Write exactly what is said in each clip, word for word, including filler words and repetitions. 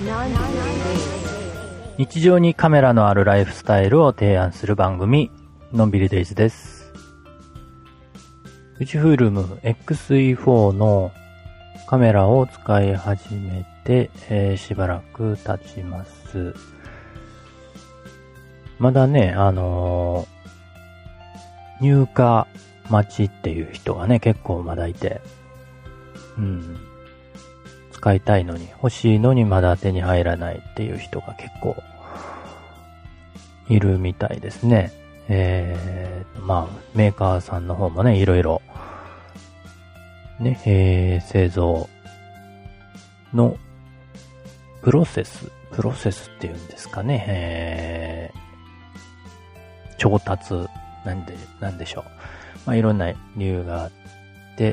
日常にカメラのあるライフスタイルを提案する番組、のんびりデイズです。富士フイルム エックスイーフォー のカメラを使い始めて、えー、しばらく経ちます。まだね、あのー、入荷待ちっていう人がね、結構まだいて、うん。使いたいのに、欲しいのにまだ手に入らないっていう人が結構いるみたいですね。えー、まあ、メーカーさんの方もね、いろいろ、ね、えー、製造のプロセス、プロセスっていうんですかね、えー、調達、なんで、なんでしょう。まあ、いろんな理由があって、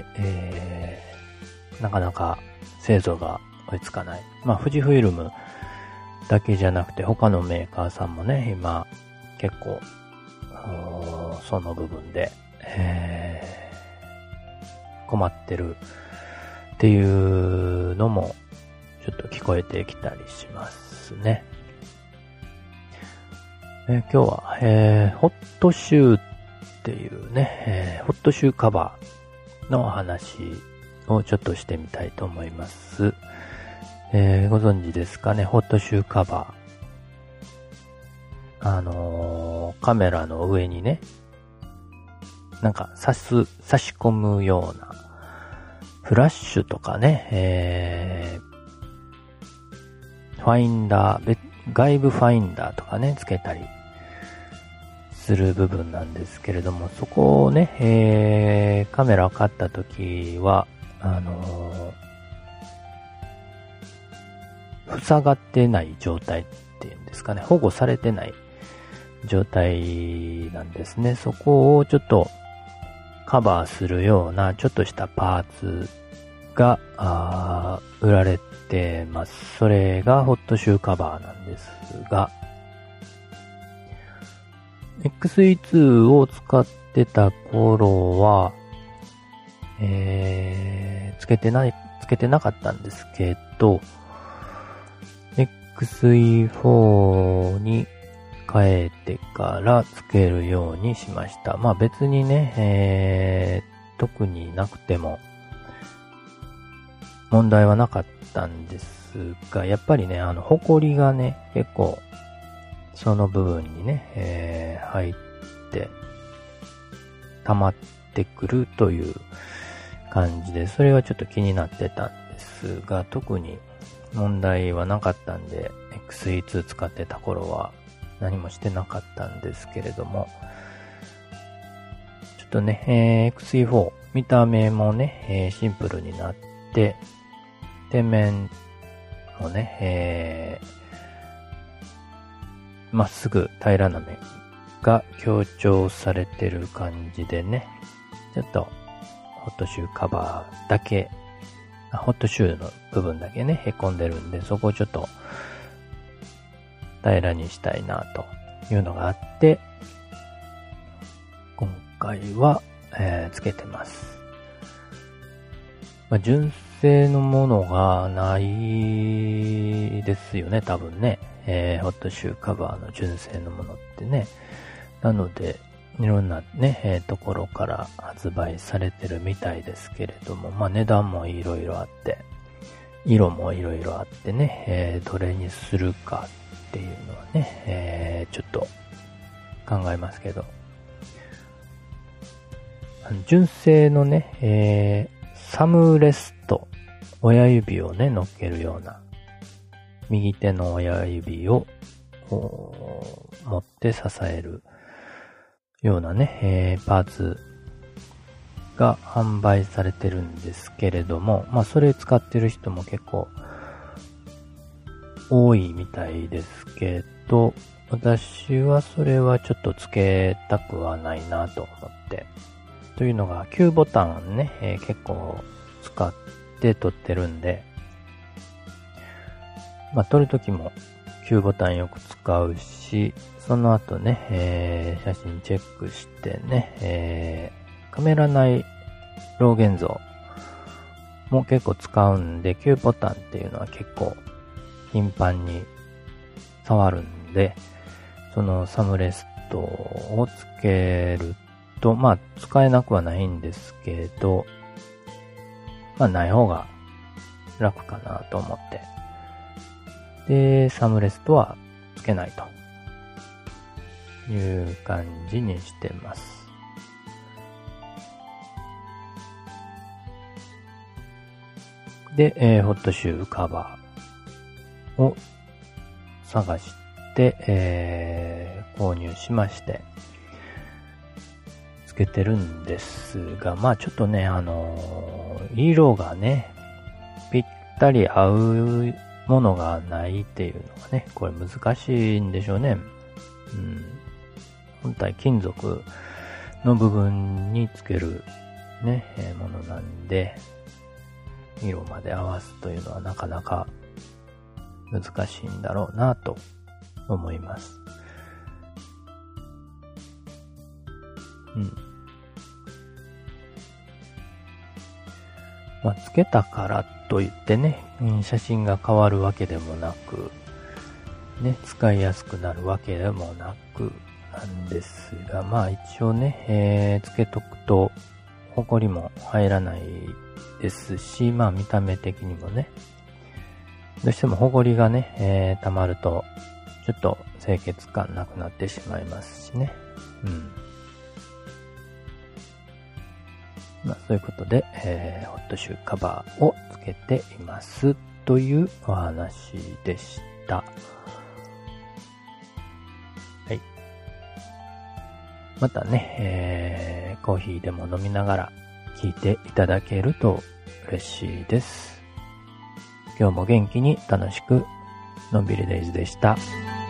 えー、なかなか製造が追いつかない。まあ、富士フイルムだけじゃなくて他のメーカーさんもね、今結構その部分で、えー、困ってるっていうのもちょっと聞こえてきたりしますね。えー、今日は、えー、ホットシューっていうね、えー、ホットシューカバーの話をちょっとしてみたいと思います。えー、ご存知ですかね、ホットシューカバー。あのー、カメラの上にね、なんか差す、差し込むような、フラッシュとかね、えー、ファインダー、外部ファインダーとかね、つけたりする部分なんですけれども、そこをね、えー、カメラを買ったときは、あのー、塞がってない状態っていうんですかね、保護されてない状態なんですね。そこをちょっとカバーするようなちょっとしたパーツがあー売られてます。それがホットシューカバーなんですが、エックスイーツー を使ってた頃は、えー、つけてない、つけてなかったんですけど、エックスイーフォー に変えてからつけるようにしました。まあ別にね、えー、特になくても問題はなかったんですが、やっぱりね、あの、ホコリがね、結構その部分にね、えー、入って溜まってくるという感じで、それはちょっと気になってたんですが、特に問題はなかったんで、エックスイーツー 使ってた頃は何もしてなかったんですけれども、ちょっとね、えー、エックスイーフォー、見た目もね、えー、シンプルになって、天面もね、えー、まっすぐ平らな面が強調されてる感じでね、ちょっとホットシューカバーだけ、ホットシューの部分だけね、へこんでるんで、そこをちょっと平らにしたいなというのがあって、今回は、えー、つけてます。まあ、純正のものがないですよね、多分ね。えー、ホットシューカバーの純正のものってね。なので、いろんなね、えー、ところから発売されてるみたいですけれども、まあ値段もいろいろあって、色もいろいろあってね、えー、どれにするかっていうのはね、えー、ちょっと考えますけど、あの純正のね、えー、サムレスト、親指をね、乗っけるような、右手の親指を持って支えるようなね、えー、パーツが販売されてるんですけれども、まあそれ使ってる人も結構多いみたいですけど、私はそれはちょっとつけたくはないなと思って。というのがきゅうボタンね、えー、結構使って撮ってるんで、まあ撮るときもきゅうボタンよく使うし、その後ね、えー、写真チェックしてね、えー、カメラ内老現像も結構使うんで、きゅうボタンっていうのは結構頻繁に触るんで、そのサムレストをつけると、まあ使えなくはないんですけど、まあない方が楽かなと思って。で、サムレストはつけないという感じにしてます。で、えー、ホットシューカバーを探して、えー、購入しまして、つけてるんですが、まあちょっとね、あのー、色がね、ぴったり合うものがないっていうのがね、これ難しいんでしょうね。うん。本体金属の部分につけるね、えー、ものなんで、色まで合わすというのはなかなか難しいんだろうなと思います。うん。まあ、つけたからといってね、写真が変わるわけでもなく、ね、使いやすくなるわけでもなくなんですが、まあ一応ね、えー、つけとくと、ホコリも入らないですし、まあ見た目的にもね、どうしてもホコリがね、えー、溜まると、ちょっと清潔感なくなってしまいますしね。うん。まあそういうことで、えー、ホットシューカバーをつけていますというお話でした。はい。またね、えー、コーヒーでも飲みながら聞いていただけると嬉しいです。今日も元気に楽しくのんびりデイズでした。